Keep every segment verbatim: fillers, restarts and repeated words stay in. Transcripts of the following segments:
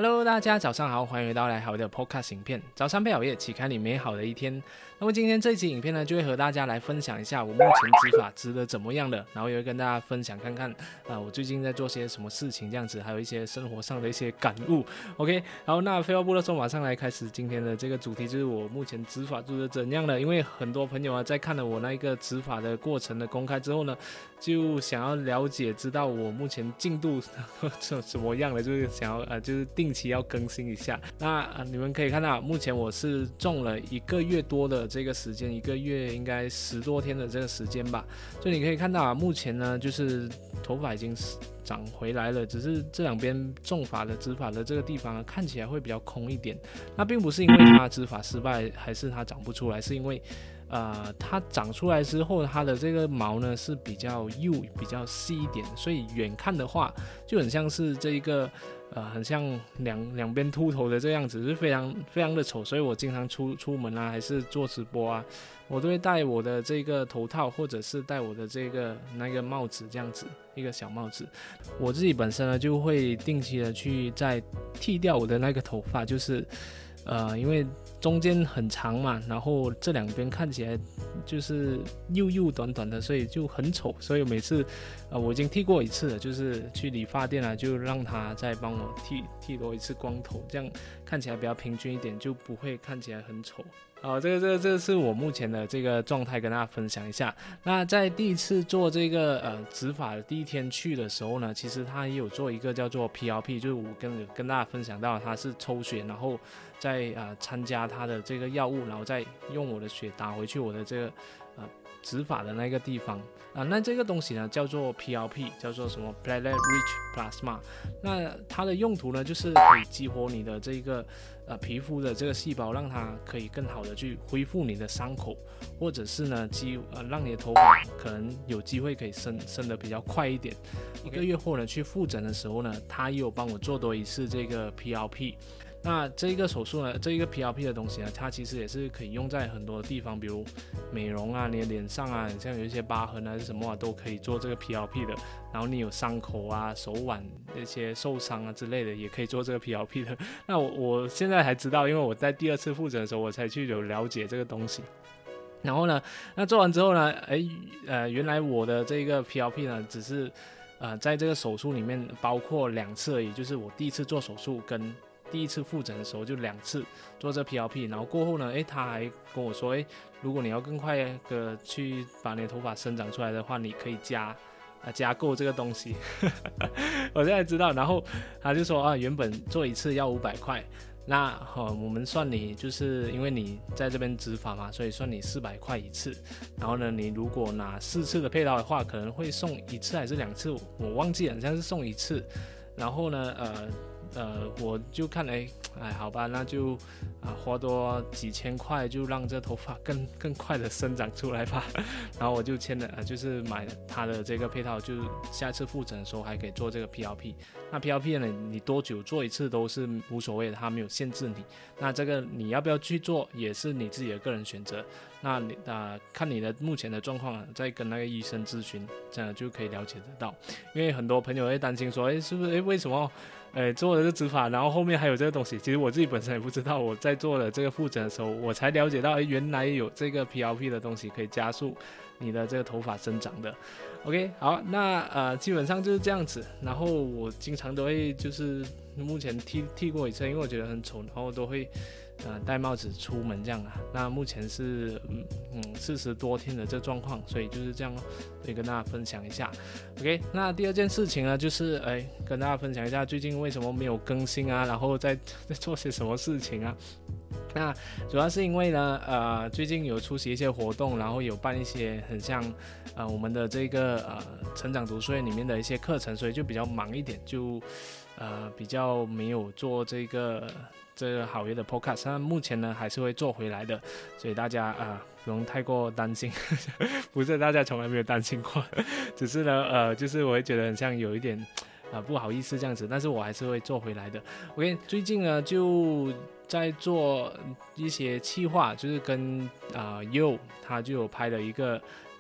Hello， 大家早上好，欢迎回到来好的 Podcast 影片，早上配好夜，启开你美好的一天。那么今天这期影片呢，就会和大家来分享一下我目前执法执得怎么样的，然后也会跟大家分享看看啊、呃，我最近在做些什么事情这样子，还有一些生活上的一些感悟。OK， 好，那废话不多说，马上来开始今天的这个主题，就是我目前执法做得怎样的。因为很多朋友啊，在看了我那个执法的过程的公开之后呢，就想要了解，知道我目前进度怎么样的，就是想要呃，就是定期要更新一下。那、呃、你们可以看到，目前我是种了一个月多的这个时间，一个月应该十多天的这个时间吧。所以你可以看到啊，目前呢，就是头发已经长回来了，只是这两边种发的植发的这个地方、啊、看起来会比较空一点。那并不是因为它植发失败，还是它长不出来，是因为呃，它长出来之后，它的这个毛呢是比较幼、比较细一点，所以远看的话就很像是这一个呃，很像两两边秃头的这样子，是非常非常的丑。所以我经常出出门啊，还是做直播啊，我都会戴我的这个头套，或者是戴我的这个那个帽子，这样子一个小帽子。我自己本身呢，就会定期的去再剃掉我的那个头发，就是呃，因为中间很长嘛，然后这两边看起来就是幼幼短短的，所以就很丑。所以每次呃我已经剃过一次了，就是去理发店啊，就让他再帮我剃剃多一次光头，这样看起来比较平均一点，就不会看起来很丑。好，这个这个这个是我目前的这个状态，跟大家分享一下。那在第一次做这个呃植发的第一天去的时候呢，其实他也有做一个叫做 P R P， 就是我跟跟大家分享到，他是抽血，然后再呃参加他的这个药物，然后再用我的血打回去我的这个呃植发的那个地方啊、呃。那这个东西呢叫做 P R P， 叫做什么 Platelet Rich Plasma。那它的用途呢，就是可以激活你的这个呃皮肤的这个细胞，让它可以更好的去恢复你的伤口，或者是呢激呃让你的头发可能有机会可以生生得比较快一点。一个月后呢去复诊的时候呢，他也有帮我做多一次这个 P R P。那这一个手术呢，这一个 P R P 的东西呢，它其实也是可以用在很多地方，比如美容啊，你的脸上啊，像有一些疤痕啊，是什么啊，都可以做这个 P R P 的。然后你有伤口啊、手腕那些受伤啊之类的，也可以做这个 P R P 的。那我我现在才知道，因为我在第二次复诊的时候，我才去有了解这个东西。然后呢，那做完之后呢，哎，呃，原来我的这个 P R P 呢，只是呃在这个手术里面包括两次而已，就是我第一次做手术跟第一次复诊的时候就两次做这 P R P， 然后过后呢，诶，他还跟我说，诶，如果你要更快的去把你的头发生长出来的话，你可以加啊加购这个东西。我现在知道，然后他就说啊，原本做一次要五百块，那、哦、我们算你就是因为你在这边植发嘛，所以算你四百块一次。然后呢，你如果拿四次的配套的话，可能会送一次还是两次，我忘记了，好像是送一次。然后呢，呃。呃，我就看，哎，哎，好吧，那就啊花多几千块，就让这头发更更快的生长出来吧。然后我就签了，呃，就是买了他的这个配套，就下次复诊的时候还可以做这个 P R P。那 P R P 呢，你多久做一次都是无所谓的，它没有限制你。那这个你要不要去做，也是你自己的个人选择。那你啊、呃，看你的目前的状况啊，再跟那个医生咨询，这样就可以了解得到。因为很多朋友会担心说，哎，是不是？哎，为什么？哎，做了这植发，然后后面还有这个东西，其实我自己本身也不知道。我在做了这个复诊的时候，我才了解到，哎，原来有这个 P R P 的东西可以加速你的这个头发生长的。OK， 好，那呃基本上就是这样子。然后我经常都会就是目前剃剃过一次，因为我觉得很丑，然后都会呃戴帽子出门这样啊。那目前是嗯嗯四十多天的这状况，所以就是这样，所以跟大家分享一下。OK， 那第二件事情呢，就是哎跟大家分享一下最近为什么没有更新啊，然后在在做些什么事情啊。那主要是因为呢，呃，最近有出席一些活动，然后有办一些很像，呃，我们的这个呃成长读书会里面的一些课程，所以就比较忙一点，就呃比较没有做这个这个好业的 podcast。那目前呢还是会做回来的，所以大家啊、呃、不用太过担心，不是大家从来没有担心过，只是呢呃就是我会觉得很像有一点。啊、呃，不好意思这样子，但是我还是会做回来的。OK， 最近呢就在做一些企划，就是跟啊 Yo 他就有拍了一个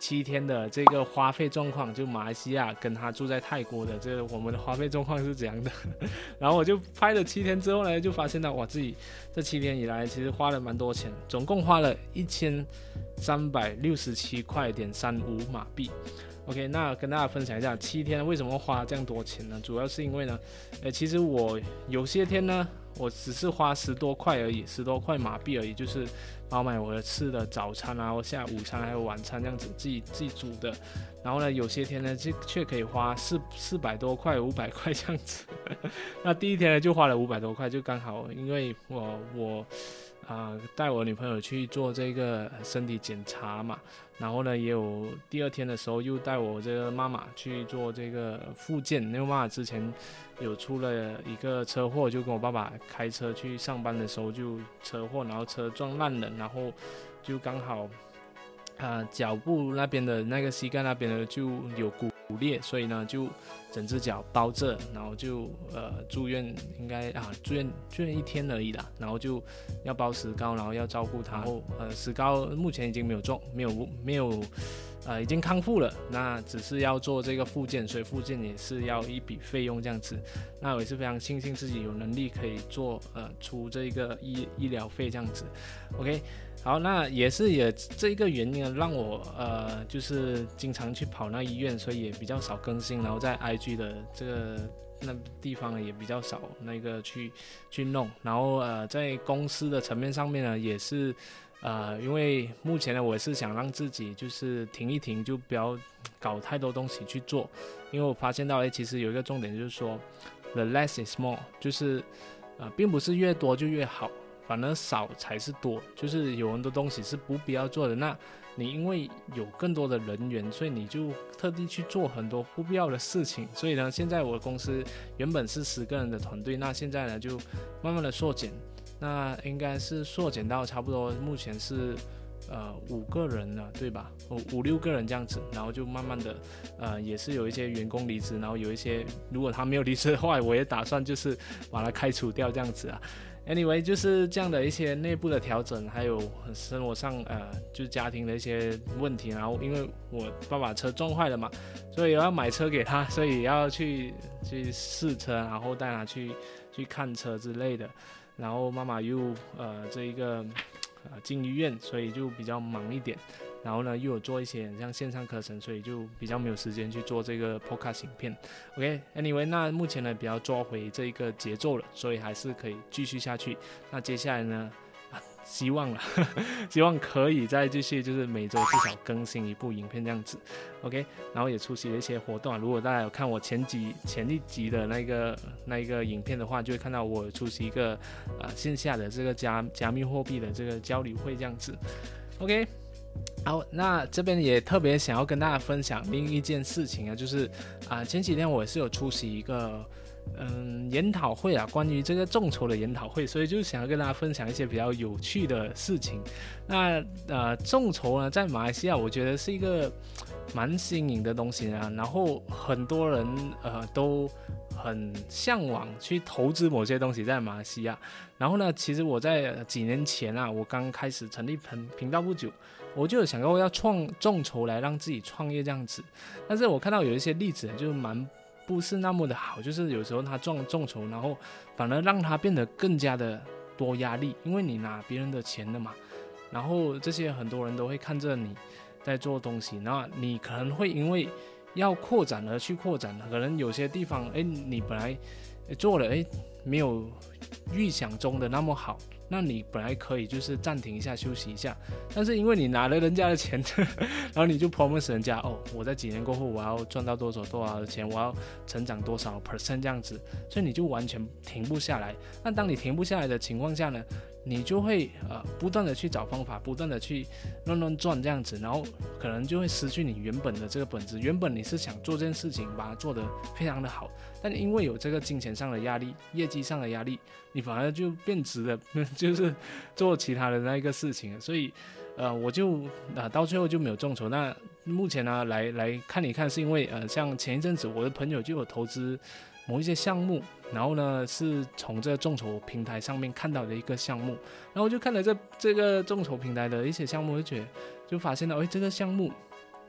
七天的这个花费状况，就马来西亚跟他住在泰国的这个我们的花费状况是怎样的。然后我就拍了七天之后呢，就发现到哇，自己这七天以来其实花了蛮多钱，总共花了一千三百六十七块点三五马币。OK， 那跟大家分享一下七天为什么花这样多钱呢？主要是因为呢，呃，其实我有些天呢，我只是花十多块而已，十多块马币而已，就是包买我的吃的早餐啊，或下午餐还有晚餐这样子自己自己煮的。然后呢，有些天呢，就却可以花四四百多块、五百块这样子。那第一天呢，就花了五百多块，就刚好，因为我我。啊、呃，带我女朋友去做这个身体检查嘛，然后呢，也有第二天的时候又带我这个妈妈去做这个复健，因为妈妈之前有出了一个车祸，就跟我爸爸开车去上班的时候就车祸，然后车撞烂了，然后就刚好啊、呃、脚部那边的那个膝盖那边的就有骨裂，所以呢就整只脚包着，然后就呃住院，应该啊住院住院一天而已啦，然后就要包石膏，然后要照顾他，然后呃石膏目前已经没有中，没有没有呃已经康复了，那只是要做这个复健，所以复健也是要一笔费用这样子。那我也是非常庆幸自己有能力可以做呃出这个医医疗费这样子。OK。好，那也是也这一个原因让我呃就是经常去跑那医院，所以也比较少更新，然后在 I G 的这个那地方也比较少那个去去弄，然后呃在公司的层面上面呢也是呃因为目前呢我也是想让自己就是停一停，就不要搞太多东西去做，因为我发现到哎其实有一个重点就是说 the less is more， 就是呃并不是越多就越好。反而少才是多，就是有很多东西是不必要做的。那你因为有更多的人员，所以你就特地去做很多不必要的事情。所以呢，现在我的公司原本是十个人的团队，那现在呢就慢慢的缩减，那应该是缩减到差不多目前是呃五个人了，对吧？五六个人这样子，然后就慢慢的呃也是有一些员工离职，然后有一些如果他没有离职的话，我也打算就是把他开除掉这样子啊。Anyway， 就是这样的一些内部的调整，还有生活上呃，就是家庭的一些问题。然后因为我爸爸车撞坏了嘛，所以要买车给他，所以要去去试车，然后带他去去看车之类的。然后妈妈又呃这一个呃进医院，所以就比较忙一点。然后呢，又有做一些像线上课程，所以就比较没有时间去做这个 podcast 影片。OK，Anyway，、okay, 那目前呢比较抓回这个节奏了，所以还是可以继续下去。那接下来呢，啊、希望了，呵呵希望可以再继续，就是每周至少更新一部影片这样子。OK， 然后也出席了一些活动、啊。如果大家有看我前几前一集的那个那一个影片的话，就会看到我出席一个呃线下的这个加加密货币的这个交流会这样子。OK。好，那这边也特别想要跟大家分享另一件事情啊，就是啊、呃、前几天我也是有出席一个嗯研讨会啊，关于这个众筹的研讨会，所以就想要跟大家分享一些比较有趣的事情。那呃众筹呢，在马来西亚我觉得是一个蛮新颖的东西啊，然后很多人呃都很向往去投资某些东西在马来西亚。然后呢，其实我在几年前啊，我刚开始成立频频道不久，我就有想过要创众筹来让自己创业这样子。但是我看到有一些例子就是蛮不是那么的好，就是有时候他众众筹，然后反而让他变得更加的多压力，因为你拿别人的钱了嘛，然后这些很多人都会看着你在做东西，然后你可能会因为要扩展而去扩展，可能有些地方哎你本来做了哎没有预想中的那么好，那你本来可以就是暂停一下休息一下，但是因为你拿了人家的钱然后你就 promise 人家哦，我在几年过后我要赚到多少多少的钱，我要成长多少 percent 这样子，所以你就完全停不下来。那当你停不下来的情况下呢，你就会呃不断的去找方法，不断的去乱乱赚这样子，然后可能就会失去你原本的这个本质。原本你是想做这件事情，把它做得非常的好，但因为有这个金钱上的压力、业绩上的压力，你反而就变质了，就是做其他的那一个事情。所以呃我就呃到最后就没有众筹。那目前呢来来看一看，是因为呃像前一阵子我的朋友就有投资某一些项目，然后呢是从这个众筹平台上面看到的一个项目，然后我就看了这这个众筹平台的一些项目，就觉得就发现到哎这个项目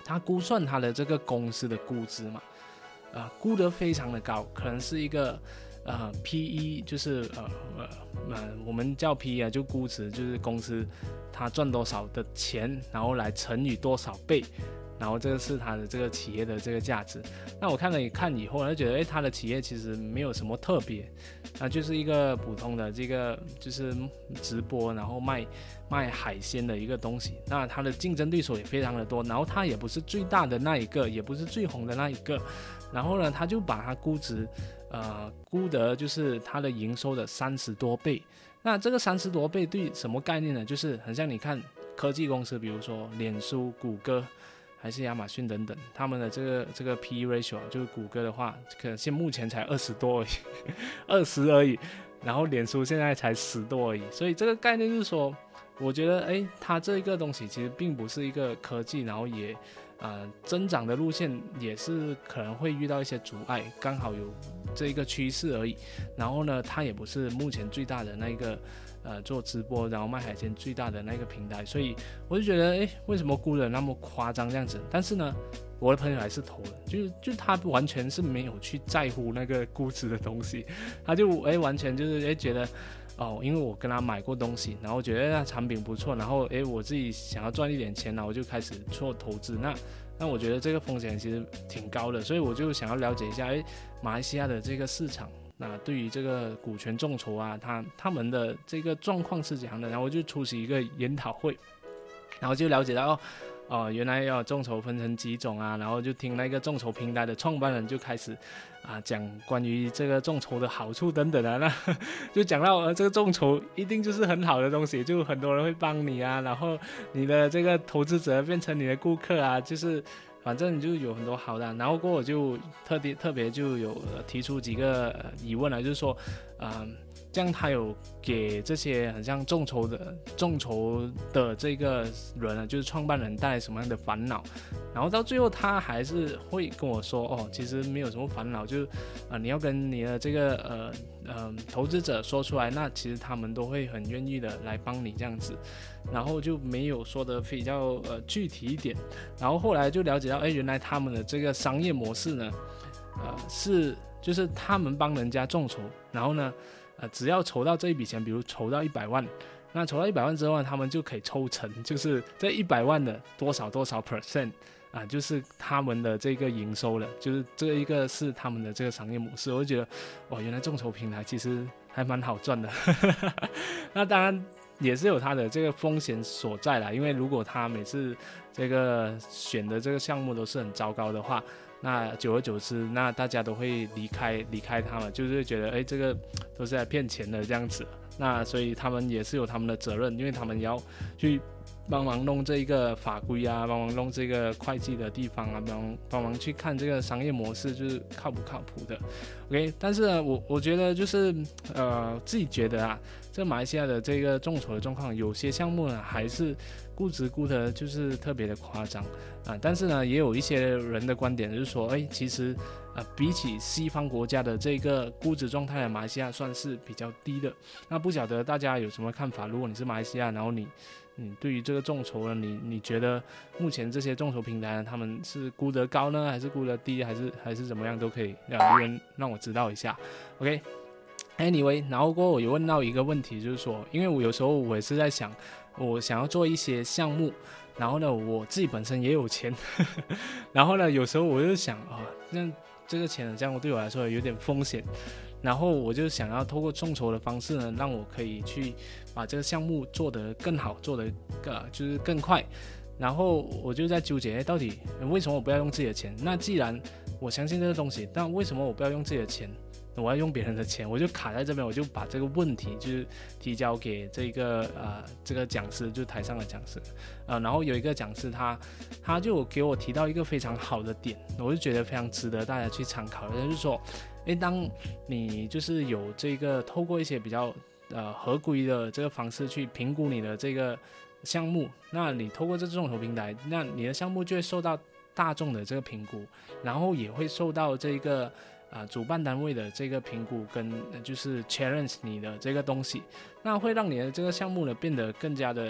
他估算他的这个公司的估值嘛，呃，估得非常的高，可能是一个呃 P E， 就是呃呃我们叫 P E 啊，就估值，就是公司它赚多少的钱，然后来乘以多少倍。然后这个是他的这个企业的这个价值。那我看了一看以后，就觉得，哎，他的企业其实没有什么特别，那就是一个普通的这个就是直播，然后卖卖海鲜的一个东西。那他的竞争对手也非常的多，然后他也不是最大的那一个，也不是最红的那一个。然后呢，他就把他估值，呃，估得就是他的营收的三十多倍。那这个三十多倍对什么概念呢？就是很像你看科技公司，比如说脸书、谷歌。还是亚马逊等等，他们的这个这个 P E ratio 就是谷歌的话，可能现目前才二十多而已，二十而已，然后脸书现在才十多而已，所以这个概念就是说，我觉得哎，它这个东西其实并不是一个科技，然后也呃增长的路线也是可能会遇到一些阻碍，刚好有这一个趋势而已。然后呢，它也不是目前最大的那个。呃，做直播然后卖海鲜最大的那个平台，所以我就觉得，哎，为什么估得那么夸张这样子？但是呢，我的朋友还是投了，就就他完全是没有去在乎那个估值的东西，他就哎完全就是哎觉得哦，因为我跟他买过东西，然后觉得那产品不错，然后哎我自己想要赚一点钱，然后我就开始做投资，那那我觉得这个风险其实挺高的，所以我就想要了解一下，哎，马来西亚的这个市场。那对于这个股权众筹啊，他他们的这个状况是怎样的？然后我就出席一个研讨会，然后就了解到哦，哦原来要众筹分成几种啊，然后就听那个众筹平台的创办人就开始啊讲关于这个众筹的好处等等啊，那就讲到呃这个众筹一定就是很好的东西，就很多人会帮你啊，然后你的这个投资者变成你的顾客啊，就是。反正就有很多好的，然后过后我就特地特别就有提出几个疑问来，就是说，呃，这样他有给这些很像众筹的众筹的这个人呢，就是创办人带来什么样的烦恼？然后到最后他还是会跟我说，哦，其实没有什么烦恼，就啊、呃、你要跟你的这个呃呃投资者说出来，那其实他们都会很愿意的来帮你这样子。然后就没有说的比较呃具体一点，然后后来就了解到，哎，原来他们的这个商业模式呢，呃是就是他们帮人家众筹，然后呢，呃只要筹到这一笔钱，比如筹到一百万，那筹到一百万之后呢，他们就可以抽成，就是这一百万的多少多少 percent 啊，就是他们的这个营收了，就是这一个是他们的这个商业模式，我就觉得，哇，原来众筹平台其实还蛮好赚的，那当然。也是有它的这个风险所在啦，因为如果他每次这个选的这个项目都是很糟糕的话，那久而久之，那大家都会离开离开他们，就是觉得哎，这个都是来骗钱的这样子。那所以他们也是有他们的责任，因为他们也要去帮忙弄这一个法规啊，帮忙弄这个会计的地方啊，帮忙帮忙去看这个商业模式就是靠不靠谱的。OK， 但是呢，我我觉得就是呃自己觉得啊。这马来西亚的这个众筹的状况，有些项目呢还是估值估的，就是特别的夸张啊。但是呢，也有一些人的观点就是说，哎，其实呃，比起西方国家的这个估值状态，马来西亚算是比较低的。那不晓得大家有什么看法？如果你是马来西亚，然后你你对于这个众筹呢，你你觉得目前这些众筹平台呢，他们是估得高呢，还是估得低，还是还是怎么样，都可以留言让我知道一下。OK。Anyway， 然后过后我有问到一个问题，就是说，因为我有时候我也是在想，我想要做一些项目，然后呢，我自己本身也有钱，呵呵然后呢，有时候我就想啊，那这个钱这样对我来说有点风险，然后我就想要透过众筹的方式呢，让我可以去把这个项目做得更好，做得呃就是更快，然后我就在纠结，到底为什么我不要用自己的钱？那既然我相信这个东西，但为什么我不要用自己的钱？我要用别人的钱，我就卡在这边，我就把这个问题就是提交给这个呃这个讲师，就台上的讲师，呃，然后有一个讲师他他就给我提到一个非常好的点，我就觉得非常值得大家去参考的，就是说，诶，当你就是有这个透过一些比较呃合规的这个方式去评估你的这个项目，那你透过这众筹平台，那你的项目就会受到大众的这个评估，然后也会受到这个。啊、呃，主办单位的这个评估跟、呃、就是 challenge 你的这个东西，那会让你的这个项目呢变得更加的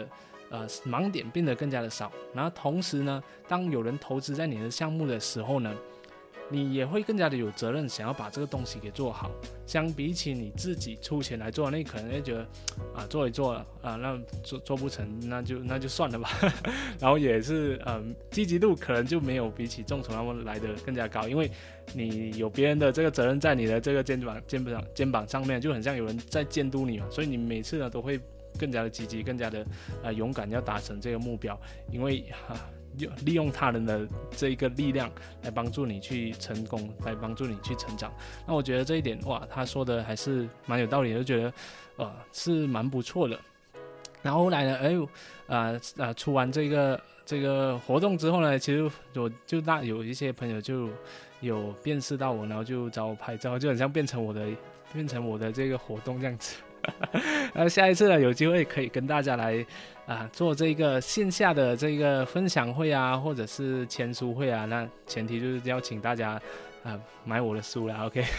呃盲点变得更加的少，然后同时呢，当有人投资在你的项目的时候呢，你也会更加的有责任，想要把这个东西给做好。相比起你自己出钱来做，那你可能会觉得啊，做一做啊，那做做不成，那就那就算了吧。然后也是嗯，积极度可能就没有比起众筹他们来的更加高，因为你有别人的这个责任在你的这个肩膀肩膀肩膀上面，就很像有人在监督你嘛，所以你每次呢都会更加的积极，更加的呃勇敢，要达成这个目标，因为啊。利用他人的这一个力量来帮助你去成功，来帮助你去成长。那我觉得这一点哇，他说的还是蛮有道理的，就觉得呃是蛮不错的。然后后来呢，哎呦，呃呃，出完这个这个活动之后呢，其实我就那有一些朋友就有辨识到我，然后就找我拍照，就很像变成我的变成我的这个活动这样子。那下一次呢，有机会可以跟大家来啊、呃、做这个线下的这个分享会啊，或者是签书会啊。那前提就是要请大家啊、呃、买我的书啦 ，OK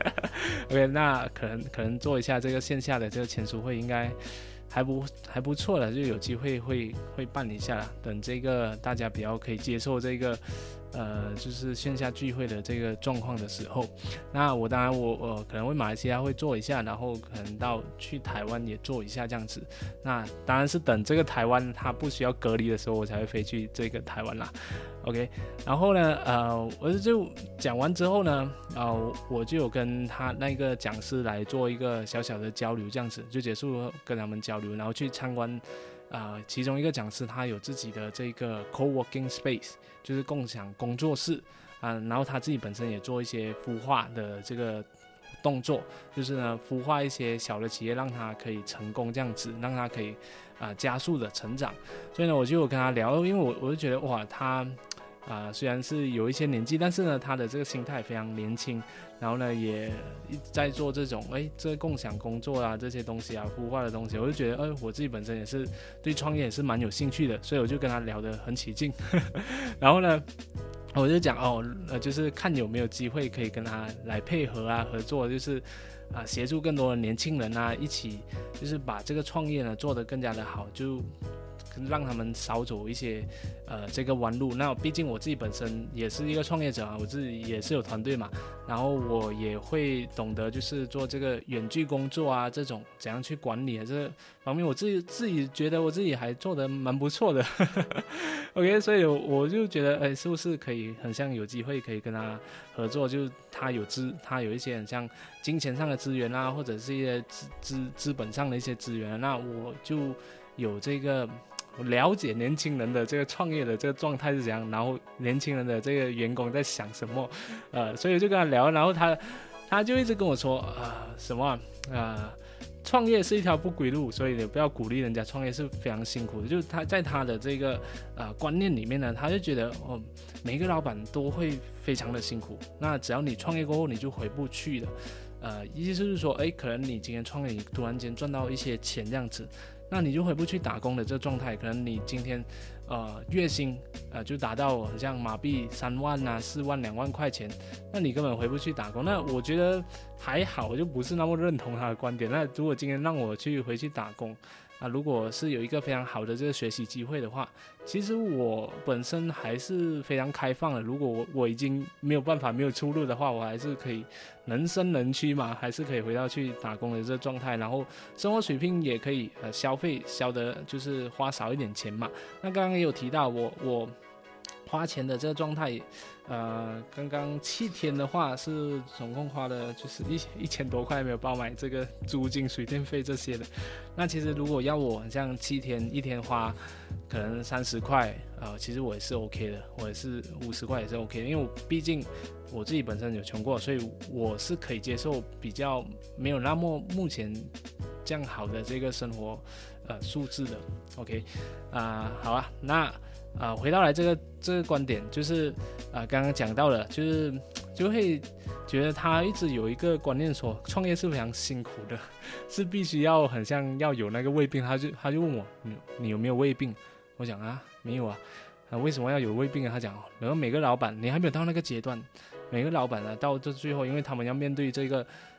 。OK， 那可能可能做一下这个线下的这个签书会，应该还不还不错的，就有机会会会办一下啦。等这个大家比较可以接受这个。呃，就是线下聚会的这个状况的时候，那我当然我呃可能会马来西亚会做一下，然后可能到去台湾也做一下这样子。那当然是等这个台湾它不需要隔离的时候，我才会飞去这个台湾啦。OK， 然后呢，呃，我就讲完之后呢，呃，我就有跟他那个讲师来做一个小小的交流，这样子就结束了跟他们交流，然后去参观。呃，其中一个讲师他有自己的这个 co-working space， 就是共享工作室啊、呃，然后他自己本身也做一些孵化的这个动作，就是呢孵化一些小的企业，让他可以成功这样子，让他可以啊、呃、加速的成长。所以呢，我就有跟他聊，因为我我就觉得哇，他啊、呃、虽然是有一些年纪，但是呢他的这个心态非常年轻。然后呢，也在做这种哎，这共享工作啊，这些东西啊，孵化的东西，我就觉得，哎，我自己本身也是对创业也是蛮有兴趣的，所以我就跟他聊得很起劲。然后呢，我就讲哦，呃，就是看有没有机会可以跟他来配合啊，合作，就是啊，协助更多的年轻人啊，一起就是把这个创业呢做得更加的好，就。让他们少走一些呃这个弯路。那毕竟我自己本身也是一个创业者啊，我自己也是有团队嘛，然后我也会懂得就是做这个远距工作啊，这种怎样去管理啊这个方面，我自己自己觉得我自己还做得蛮不错的。OK， 所以我就觉得哎，是不是可以很像有机会可以跟他合作，就是他有资他有一些很像金钱上的资源啊，或者是一些资资资本上的一些资源，那我就有这个。了解年轻人的这个创业的这个状态是怎样，然后年轻人的这个员工在想什么，呃，所以我就跟他聊，然后他他就一直跟我说，呃，什么啊，呃，创业是一条不归路，所以你不要鼓励人家创业是非常辛苦的。就是他在他的这个呃观念里面呢，他就觉得哦，每个老板都会非常的辛苦，那只要你创业过后，你就回不去了。呃，意思是说，哎，可能你今天创业，你突然间赚到一些钱这样子。那你就回不去打工的这个状态，可能你今天，呃，月薪，呃，就达到好像马币三万啊、四万、两万块钱，那你根本回不去打工。那我觉得还好，我就不是那么认同他的观点。那如果今天让我去回去打工，啊，如果是有一个非常好的这个学习机会的话，其实我本身还是非常开放的。如果我我已经没有办法没有出路的话，我还是可以能伸能屈嘛，还是可以回到去打工的这个状态，然后生活水平也可以呃消费消得就是花少一点钱嘛。那刚刚也有提到我我花钱的这个状态。呃，刚刚七天的话是总共花了就是一一千多块，没有包买这个租金、水电费这些的。那其实如果要我像七天一天花可能三十块，呃，其实我也是 OK 的，我也是五十块也是 OK 的，因为我毕竟我自己本身有穷过，所以我是可以接受比较没有那么目前这样好的这个生活呃素质的。OK， 啊、呃，好啊，那。啊、呃，回到来这个这个观点，就是啊，刚刚讲到了，就是就会觉得他一直有一个观念说，创业是非常辛苦的，是必须要很像要有那个胃病，他就他就问我，你你有没有胃病？我讲啊，没有啊，啊为什么要有胃病啊？他讲，然后每个老板你还没有到那个阶段，每个老板呢到这最后，因为他们要面对这个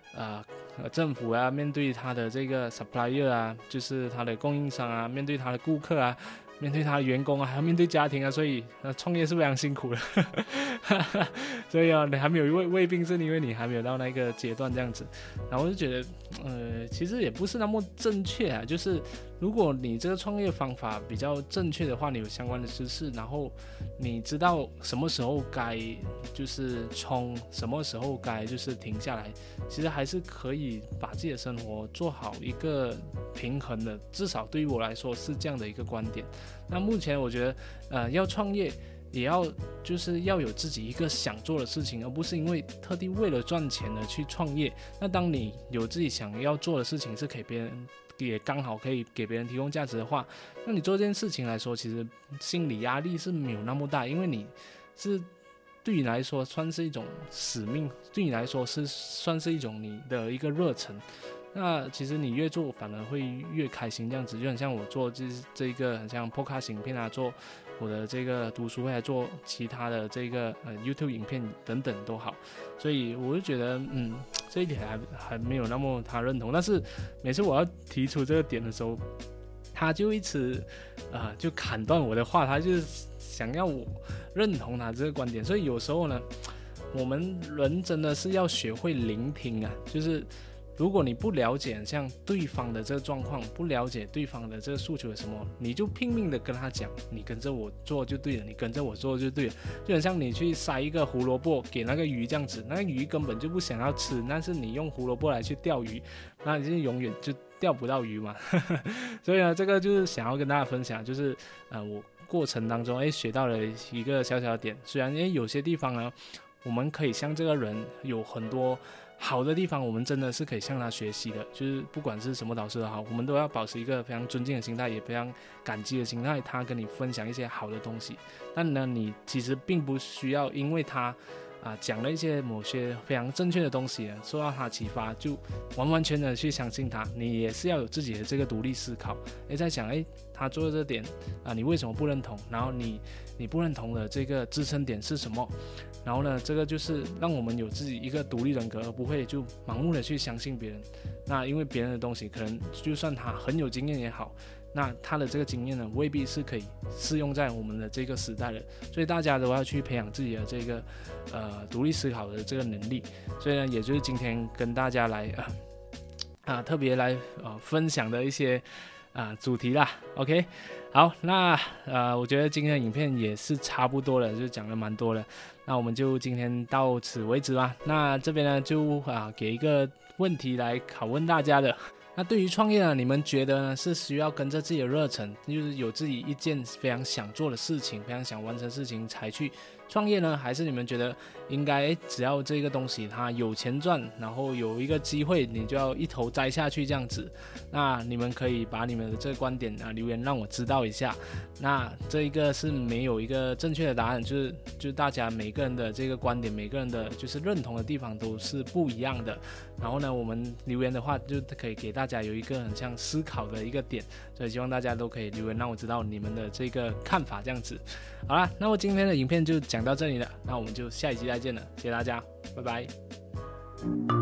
呃政府啊，面对他的这个 supplier 啊，就是他的供应商啊，面对他的顾客啊，面对他的员工啊，还要面对家庭啊，所以呃创业是非常辛苦的。所以啊，你还没有胃胃病，是因为你还没有到那个阶段这样子。然后我就觉得，呃，其实也不是那么正确啊。就是如果你这个创业方法比较正确的话，你有相关的知识，然后你知道什么时候该就是冲，什么时候该就是停下来，其实还是可以把自己的生活做好一个平衡的。至少对于我来说是这样的一个观点。那目前我觉得，呃，要创业。也要就是要有自己一个想做的事情，而不是因为特地为了赚钱而去创业。那当你有自己想要做的事情，是给别人也刚好可以给别人提供价值的话，那你做这件事情来说，其实心理压力是没有那么大，因为你是对你来说算是一种使命，对你来说是算是一种你的一个热忱。那其实你越做反而会越开心，这样子就很像我做这这个很像 podcast 影片啊，做我的这个读书会，还做其他的这个呃 YouTube 影片等等都好，所以我就觉得嗯这一点还还没有那么他认同，但是每次我要提出这个点的时候，他就一直呃就砍断我的话，他就是想要我认同他这个观点，所以有时候呢，我们人真的是要学会聆听啊，就是如果你不了解像对方的这个状况，不了解对方的这个诉求是什么，你就拼命的跟他讲，你跟着我做就对了，你跟着我做就对了，就很像你去塞一个胡萝卜给那个鱼这样子，那个鱼根本就不想要吃，但是你用胡萝卜来去钓鱼，那你就永远就钓不到鱼嘛。所以呢，这个就是想要跟大家分享，就是呃我过程当中哎学到了一个小小的点，虽然哎有些地方呢，我们可以像这个人有很多好的地方，我们真的是可以向他学习的，就是不管是什么导师都好，我们都要保持一个非常尊敬的心态，也非常感激的心态，他跟你分享一些好的东西，但呢你其实并不需要因为他啊讲了一些某些非常正确的东西，受到他启发就完完全全的去相信他，你也是要有自己的这个独立思考，诶在想诶他做的这点啊你为什么不认同，然后你你不认同的这个支撑点是什么，然后呢这个就是让我们有自己一个独立人格，而不会就盲目的去相信别人，那因为别人的东西可能就算他很有经验也好，那他的这个经验呢未必是可以适用在我们的这个时代的，所以大家都要去培养自己的这个呃独立思考的这个能力，所以呢也就是今天跟大家来啊、呃呃、特别来呃分享的一些啊、呃、主题啦 OK 好，那呃我觉得今天的影片也是差不多了，就讲了蛮多了，那我们就今天到此为止吧。那这边呢就啊给一个问题来拷问大家的，那对于创业呢，你们觉得呢是需要跟着自己的热忱，就是有自己一件非常想做的事情，非常想完成的事情才去创业呢，还是你们觉得应该只要这个东西它有钱赚，然后有一个机会你就要一头栽下去这样子？那你们可以把你们的这个观点啊留言让我知道一下。那这一个是没有一个正确的答案，就是就是大家每个人的这个观点，每个人的就是认同的地方都是不一样的。然后呢，我们留言的话就可以给大家有一个很像思考的一个点，所以希望大家都可以留言让我知道你们的这个看法这样子。好啦，那我今天的影片就讲到这里了，那我们就下一集再见了，谢谢大家，拜拜。